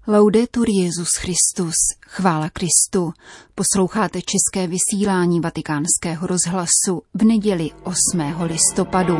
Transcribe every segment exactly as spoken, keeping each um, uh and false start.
Laudetur Jesus Christus, chvála Kristu. Posloucháte české vysílání Vatikánského rozhlasu v neděli osmého listopadu.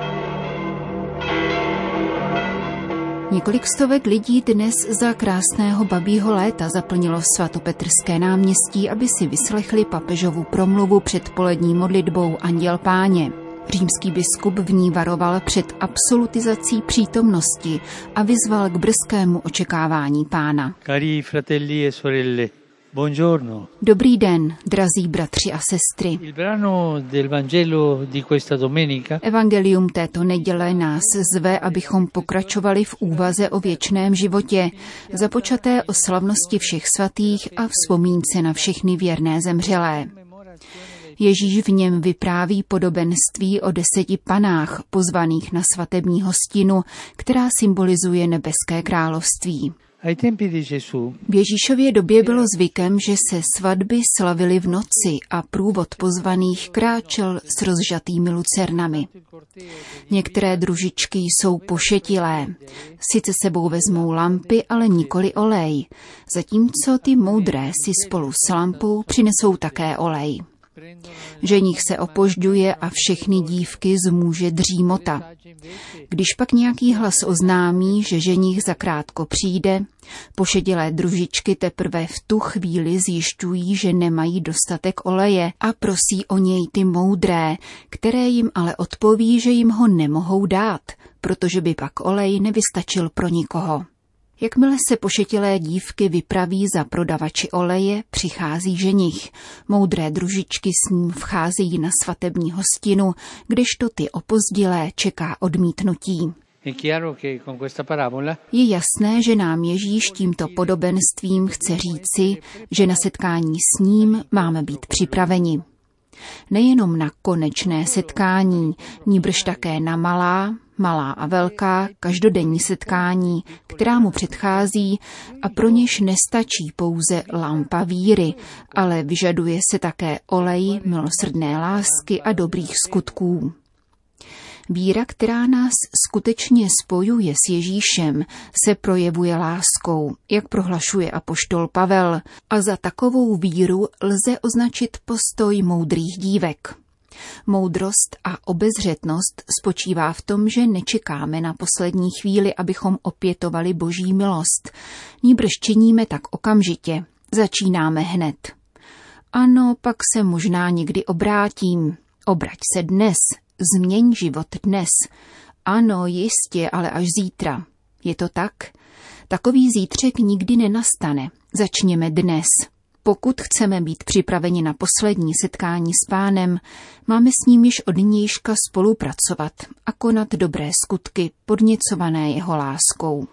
Několik stovek lidí dnes za krásného babího léta zaplnilo svatopetrské náměstí, aby si vyslechli papežovu promluvu před polední modlitbou Anděl Páně. Římský biskup v ní varoval před absolutizací přítomnosti a vyzval k brzkému očekávání Pána. Cari fratelli e sorelle, buongiorno. Dobrý den, drazí bratři a sestry. Il brano del Vangelo di questa domenica. Evangelium této neděle nás zve, abychom pokračovali v úvaze o věčném životě, započaté o slavnosti všech svatých a vzpomínce na všechny věrné zemřelé. Ježíš v něm vypráví podobenství o deseti panách pozvaných na svatební hostinu, která symbolizuje nebeské království. V Ježíšově době bylo zvykem, že se svatby slavily v noci a průvod pozvaných kráčel s rozžatými lucernami. Některé družičky jsou pošetilé. Sice sebou vezmou lampy, ale nikoli olej, zatímco ty moudré si spolu s lampou přinesou také olej. Ženich se opožďuje a všechny dívky zmůže dřímota. Když pak nějaký hlas oznámí, že ženich zakrátko přijde, pošetilé družičky teprve v tu chvíli zjišťují, že nemají dostatek oleje a prosí o něj ty moudré, které jim ale odpoví, že jim ho nemohou dát, protože by pak olej nevystačil pro nikoho. Jakmile se pošetilé dívky vypraví za prodavači oleje, přichází ženich. Moudré družičky s ním vcházejí na svatební hostinu, kdežto ty opozdilé čeká odmítnutí. Je jasné, že nám Ježíš tímto podobenstvím chce říci, že na setkání s ním máme být připraveni. Nejenom na konečné setkání, nýbrž také na malá, malá a velká každodenní setkání, která mu předchází a pro něž nestačí pouze lampa víry, ale vyžaduje se také olej milosrdné lásky a dobrých skutků. Víra, která nás skutečně spojuje s Ježíšem, se projevuje láskou, jak prohlašuje apoštol Pavel, a za takovou víru lze označit postoj moudrých dívek. Moudrost a obezřetnost spočívá v tom, že nečekáme na poslední chvíli, abychom opětovali Boží milost. Nýbrž činíme tak okamžitě, začínáme hned. Ano, pak se možná někdy obrátím. Obrať se dnes, změň život dnes. Ano, jistě, ale až zítra. Je to tak? Takový zítřek nikdy nenastane. Začněme dnes. Pokud chceme být připraveni na poslední setkání s Pánem, máme s ním již od nějška spolupracovat a konat dobré skutky, podněcované jeho láskou.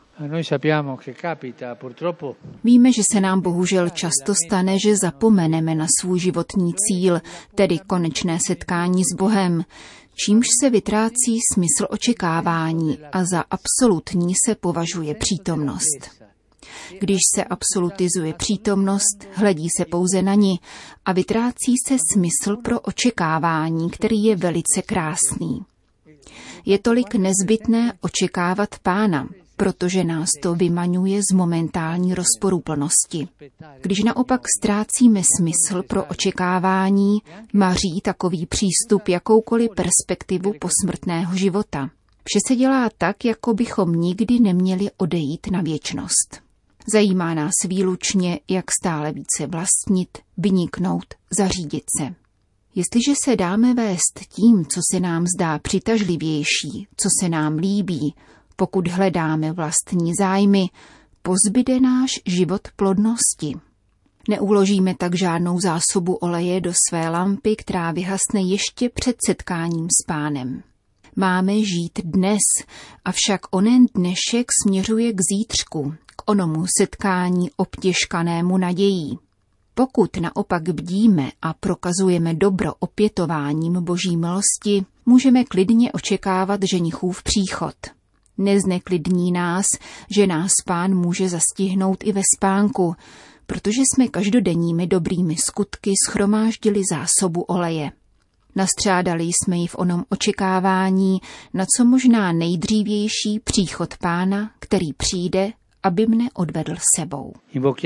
Víme, že se nám bohužel často stane, že zapomeneme na svůj životní cíl, tedy konečné setkání s Bohem, čímž se vytrácí smysl očekávání a za absolutní se považuje přítomnost. Když se absolutizuje přítomnost, hledí se pouze na ni a vytrácí se smysl pro očekávání, který je velice krásný. Je tolik nezbytné očekávat Pána, protože nás to vymaňuje z momentální rozporuplnosti. Když naopak ztrácíme smysl pro očekávání, maří takový přístup jakoukoliv perspektivu posmrtného života. Vše se dělá tak, jako bychom nikdy neměli odejít na věčnost. Zajímá nás výlučně, jak stále více vlastnit, vyniknout, zařídit se. Jestliže se dáme vést tím, co se nám zdá přitažlivější, co se nám líbí, pokud hledáme vlastní zájmy, pozbyde náš život plodnosti. Neuložíme tak žádnou zásobu oleje do své lampy, která vyhasne ještě před setkáním s Pánem. Máme žít dnes, avšak onen dnešek směřuje k zítřku, k onomu setkání obtěžkanému nadějí. Pokud naopak bdíme a prokazujeme dobro opětováním Boží milosti, můžeme klidně očekávat ženichův příchod. Nezneklidní nás, že nás Pán může zastihnout i ve spánku, protože jsme každodenními dobrými skutky shromáždili zásobu oleje. Nastřádali jsme ji v onom očekávání na co možná nejdřívější příchod Pána, který přijde aby mne odvedl sebou.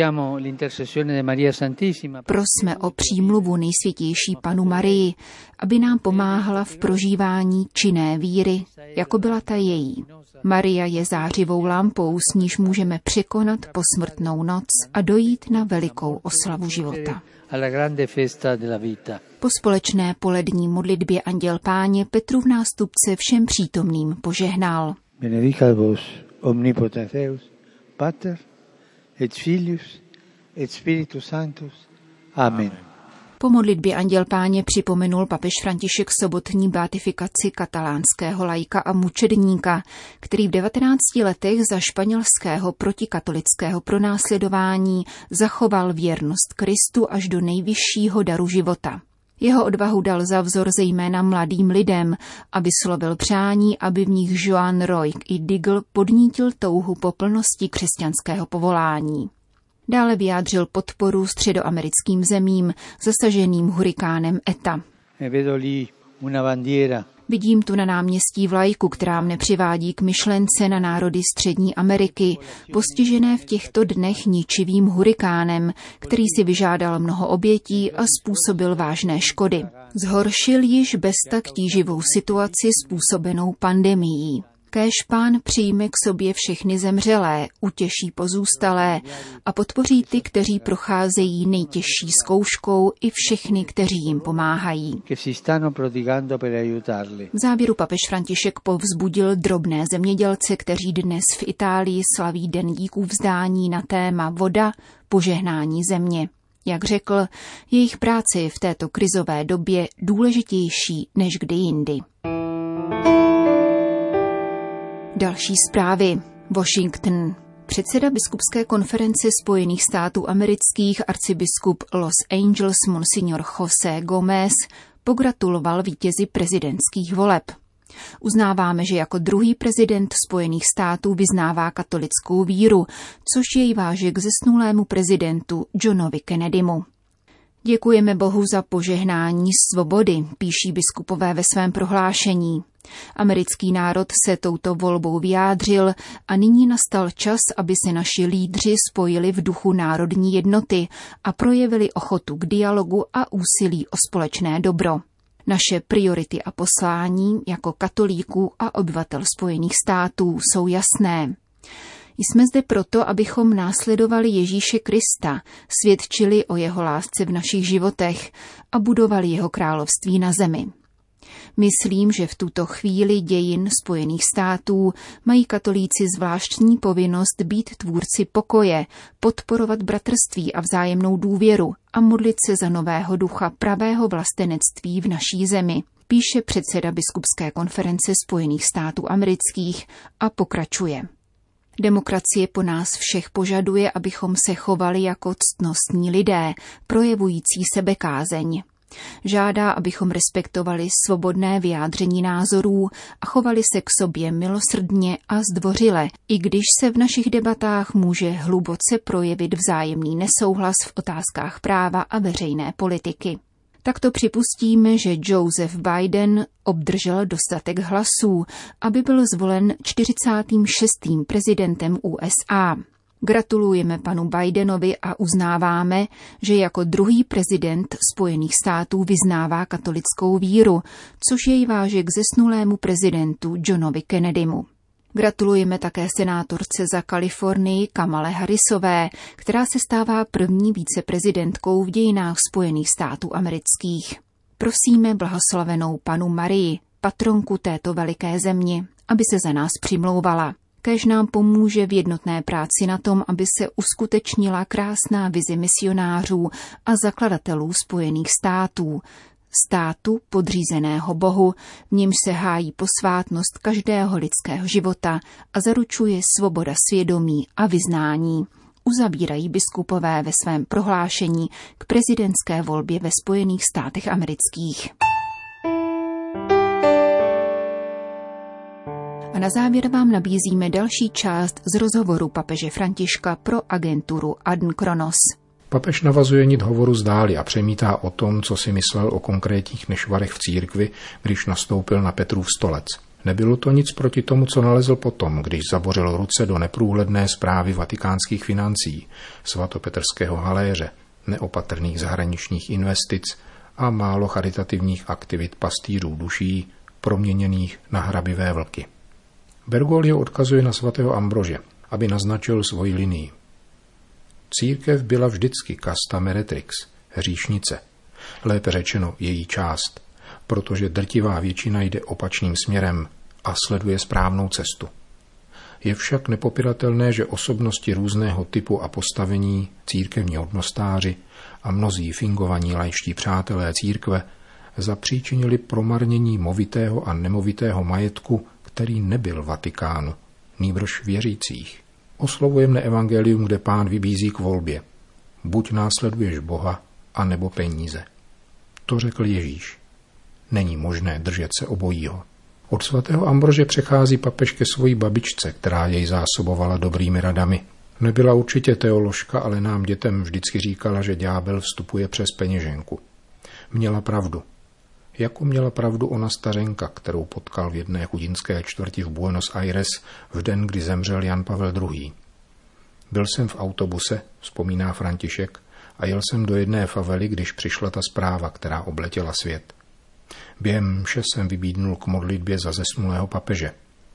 Prosme o přímluvu nejsvětější Panu Marii, aby nám pomáhala v prožívání činné víry, jako byla ta její. Maria je zářivou lampou, s níž můžeme překonat posmrtnou noc a dojít na velikou oslavu života. Po společné polední modlitbě Anděl Páně Petrův nástupce všem přítomným požehnal. Benedicat vos omnipotens Deus, Pater et Filius et Spiritus Sanctus. Amen. Po modlitbě Anděl Páně připomenul papež František sobotní beatifikaci katalánského laika a mučedníka, který v devatenácti letech za španělského protikatolického pronásledování zachoval věrnost Kristu až do nejvyššího daru života. Jeho odvahu dal za vzor zejména mladým lidem a vyslovil přání, aby v nich Joan Roig i Digl podnítil touhu po plnosti křesťanského povolání. Dále vyjádřil podporu středoamerickým zemím zasaženým hurikánem Eta. Vidím tu na náměstí vlajku, která mne přivádí k myšlence na národy Střední Ameriky, postižené v těchto dnech ničivým hurikánem, který si vyžádal mnoho obětí a způsobil vážné škody. Zhoršil již bez tak tíživou situaci způsobenou pandemií. Kéž Pán přijme k sobě všechny zemřelé, utěší pozůstalé a podpoří ty, kteří procházejí nejtěžší zkouškou, i všechny, kteří jim pomáhají. V závěru papež František povzbudil drobné zemědělce, kteří dnes v Itálii slaví Den díků vzdání na téma voda, požehnání země. Jak řekl, jejich práce je v této krizové době důležitější než kdy jindy. Další zprávy. Washington. Předseda biskupské konference Spojených států amerických arcibiskup Los Angeles Monsignor José Gómez pogratuloval vítězi prezidentských voleb. Uznáváme, že jako druhý prezident Spojených států vyznává katolickou víru, což jej váže k zesnulému prezidentu Johnovi Kennedymu. Děkujeme Bohu za požehnání svobody, píší biskupové ve svém prohlášení. Americký národ se touto volbou vyjádřil a nyní nastal čas, aby se naši lídři spojili v duchu národní jednoty a projevili ochotu k dialogu a úsilí o společné dobro. Naše priority a poslání jako katolíků a obyvatel Spojených států jsou jasné. Jsme zde proto, abychom následovali Ježíše Krista, svědčili o jeho lásce v našich životech a budovali jeho království na zemi. Myslím, že v tuto chvíli dějin Spojených států mají katolíci zvláštní povinnost být tvůrci pokoje, podporovat bratrství a vzájemnou důvěru a modlit se za nového ducha pravého vlastenectví v naší zemi, píše předseda biskupské konference Spojených států amerických a pokračuje. Demokracie po nás všech požaduje, abychom se chovali jako ctnostní lidé, projevující sebekázeň. Žádá, abychom respektovali svobodné vyjádření názorů a chovali se k sobě milosrdně a zdvořile, i když se v našich debatách může hluboce projevit vzájemný nesouhlas v otázkách práva a veřejné politiky. Takto připustíme, že Joseph Biden obdržel dostatek hlasů, aby byl zvolen čtyřicátým šestým prezidentem U S A. Gratulujeme panu Bidenovi a uznáváme, že jako druhý prezident Spojených států vyznává katolickou víru, což jej váže k zesnulému prezidentu Johnovi Kennedymu. Gratulujeme také senátorce za Kalifornii Kamale Harrisové, která se stává první viceprezidentkou v dějinách Spojených států amerických. Prosíme blahoslavenou panu Marii, patronku této veliké země, aby se za nás přimlouvala. Kéž nám pomůže v jednotné práci na tom, aby se uskutečnila krásná vize misionářů a zakladatelů Spojených států, státu podřízeného Bohu, v němž se hájí posvátnost každého lidského života a zaručuje svoboda svědomí a vyznání, uzavírají biskupové ve svém prohlášení k prezidentské volbě ve Spojených státech amerických. A na závěr vám nabízíme další část z rozhovoru papeže Františka pro agenturu Adn Kronos. Papež navazuje nit hovoru zdáli a přemítá o tom, co si myslel o konkrétních nešvarech v církvi, když nastoupil na Petrův stolec. Nebylo to nic proti tomu, co nalezl potom, když zabořil ruce do neprůhledné správy vatikánských financí, svatopetrského haléře, neopatrných zahraničních investic a málo charitativních aktivit pastýřů duší, proměněných na hrabivé vlky. Bergoglio odkazuje na svatého Ambrože, aby naznačil svoji linii. Církev byla vždycky casta meretrix, hříšnice, lépe řečeno její část, protože drtivá většina jde opačným směrem a sleduje správnou cestu. Je však nepopiratelné, že osobnosti různého typu a postavení, církevní hodnostáři a mnozí fingovaní laičtí přátelé církve zapříčinili promarnění movitého a nemovitého majetku, který nebyl Vatikánu, nýbrž věřících. Oslovuje mne evangelium, kde Pán vybízí k volbě. Buď následuješ Boha, anebo peníze. To řekl Ježíš. Není možné držet se obojího. Od svatého Ambrože přechází papež ke svojí babičce, která jej zásobovala dobrými radami. Nebyla určitě teoložka, ale nám dětem vždycky říkala, že ďábel vstupuje přes peněženku. Měla pravdu. Jako měla pravdu ona stařenka, kterou potkal v jedné chudinské čtvrti v Buenos Aires v den, kdy zemřel Jan Pavel druhý. Byl jsem v autobuse, vzpomíná František, a jel jsem do jedné favely, když přišla ta zpráva, která obletěla svět. Během mše jsem vybídnul k modlitbě za zesnulého papeže.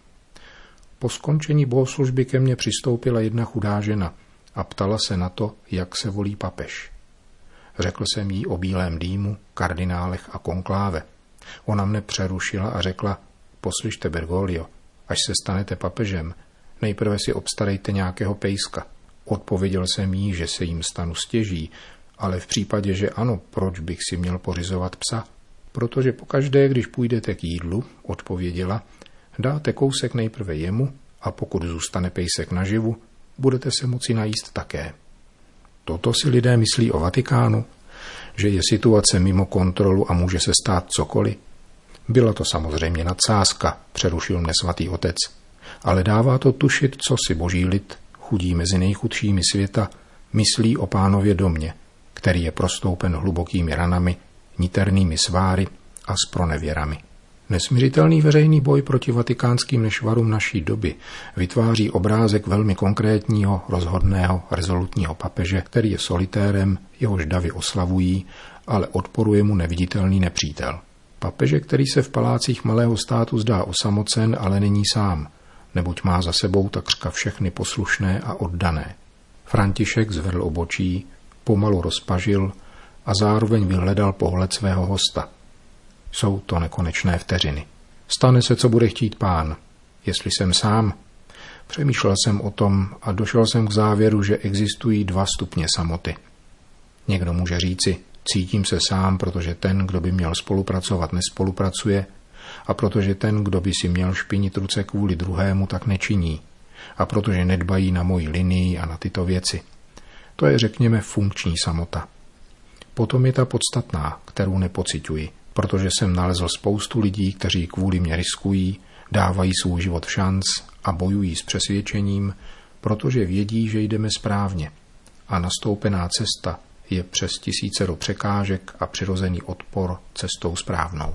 Po skončení bohoslužby ke mně přistoupila jedna chudá žena a ptala se na to, jak se volí papež. Řekl jsem jí o bílém dýmu, kardinálech a konkláve. Ona mne přerušila a řekla, poslyšte Bergoglio, až se stanete papežem, nejprve si obstarejte nějakého pejska. Odpověděl jsem jí, že se jim stanu stěží, ale v případě, že ano, proč bych si měl pořizovat psa? Protože pokaždé, když půjdete k jídlu, odpověděla, dáte kousek nejprve jemu a pokud zůstane pejsek naživu, budete se moci najíst také. Toto si lidé myslí o Vatikánu, že je situace mimo kontrolu a může se stát cokoliv. Byla to samozřejmě nadsázka, přerušil mne svatý otec, ale dává to tušit, co si boží lid, chudí mezi nejchudšími světa, myslí o Pánově domě, který je prostoupen hlubokými ranami, niternými sváry a spronevěrami. Nesmiřitelný veřejný boj proti vatikánským nešvarům naší doby vytváří obrázek velmi konkrétního, rozhodného, rezolutního papeže, který je solitérem, jehož davy oslavují, ale odporuje mu neviditelný nepřítel. Papeže, který se v palácích malého státu zdá osamocen, ale není sám, neboť má za sebou takřka všechny poslušné a oddané. František zvedl obočí, pomalu rozpažil a zároveň vyhledal pohled svého hosta. Jsou to nekonečné vteřiny. Stane se, co bude chtít Pán. Jestli jsem sám, přemýšlel jsem o tom a došel jsem k závěru, že existují dva stupně samoty. Někdo může říci, cítím se sám, protože ten, kdo by měl spolupracovat, nespolupracuje, a protože ten, kdo by si měl špinit ruce kvůli druhému, tak nečiní, a protože nedbají na moji linii a na tyto věci. To je, řekněme, funkční samota. Potom je ta podstatná, kterou nepociťuji, protože jsem nalezl spoustu lidí, kteří kvůli mě riskují, dávají svůj život v šanc a bojují s přesvědčením, protože vědí, že jdeme správně. A nastoupená cesta je přes tisícero překážek a přirozený odpor cestou správnou.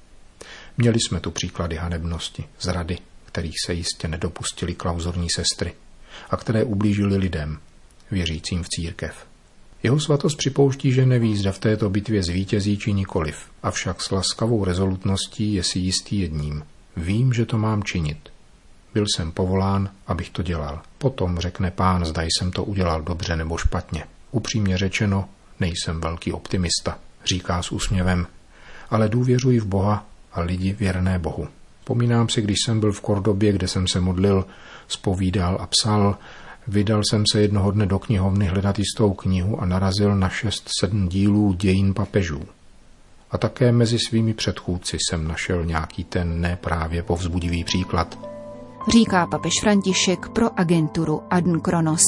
Měli jsme tu příklady hanebnosti, zrady, kterých se jistě nedopustili klauzorní sestry a které ublížili lidem, věřícím v církev. Jeho svatost připouští, že neví, zda v této bitvě zvítězí či nikoliv, avšak s laskavou rezolutností je si jistý jedním. Vím, že to mám činit. Byl jsem povolán, abych to dělal. Potom řekne Pán, zda jsem to udělal dobře nebo špatně. Upřímně řečeno, nejsem velký optimista, říká s úsměvem, ale důvěřuji v Boha a lidi věrné Bohu. Vzpomínám si, když jsem byl v Kordobě, kde jsem se modlil, zpovídal a psal, vydal jsem se jednoho dne do knihovny hledat jistou knihu a narazil na šest sedm dílů dějin papežů. A také mezi svými předchůdci jsem našel nějaký ten ne právě povzbudivý příklad. Říká papež František pro agenturu Adn Kronos.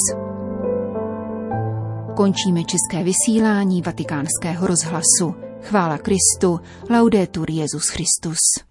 Končíme české vysílání Vatikánského rozhlasu. Chvála Kristu, laudetur Jesus Christus.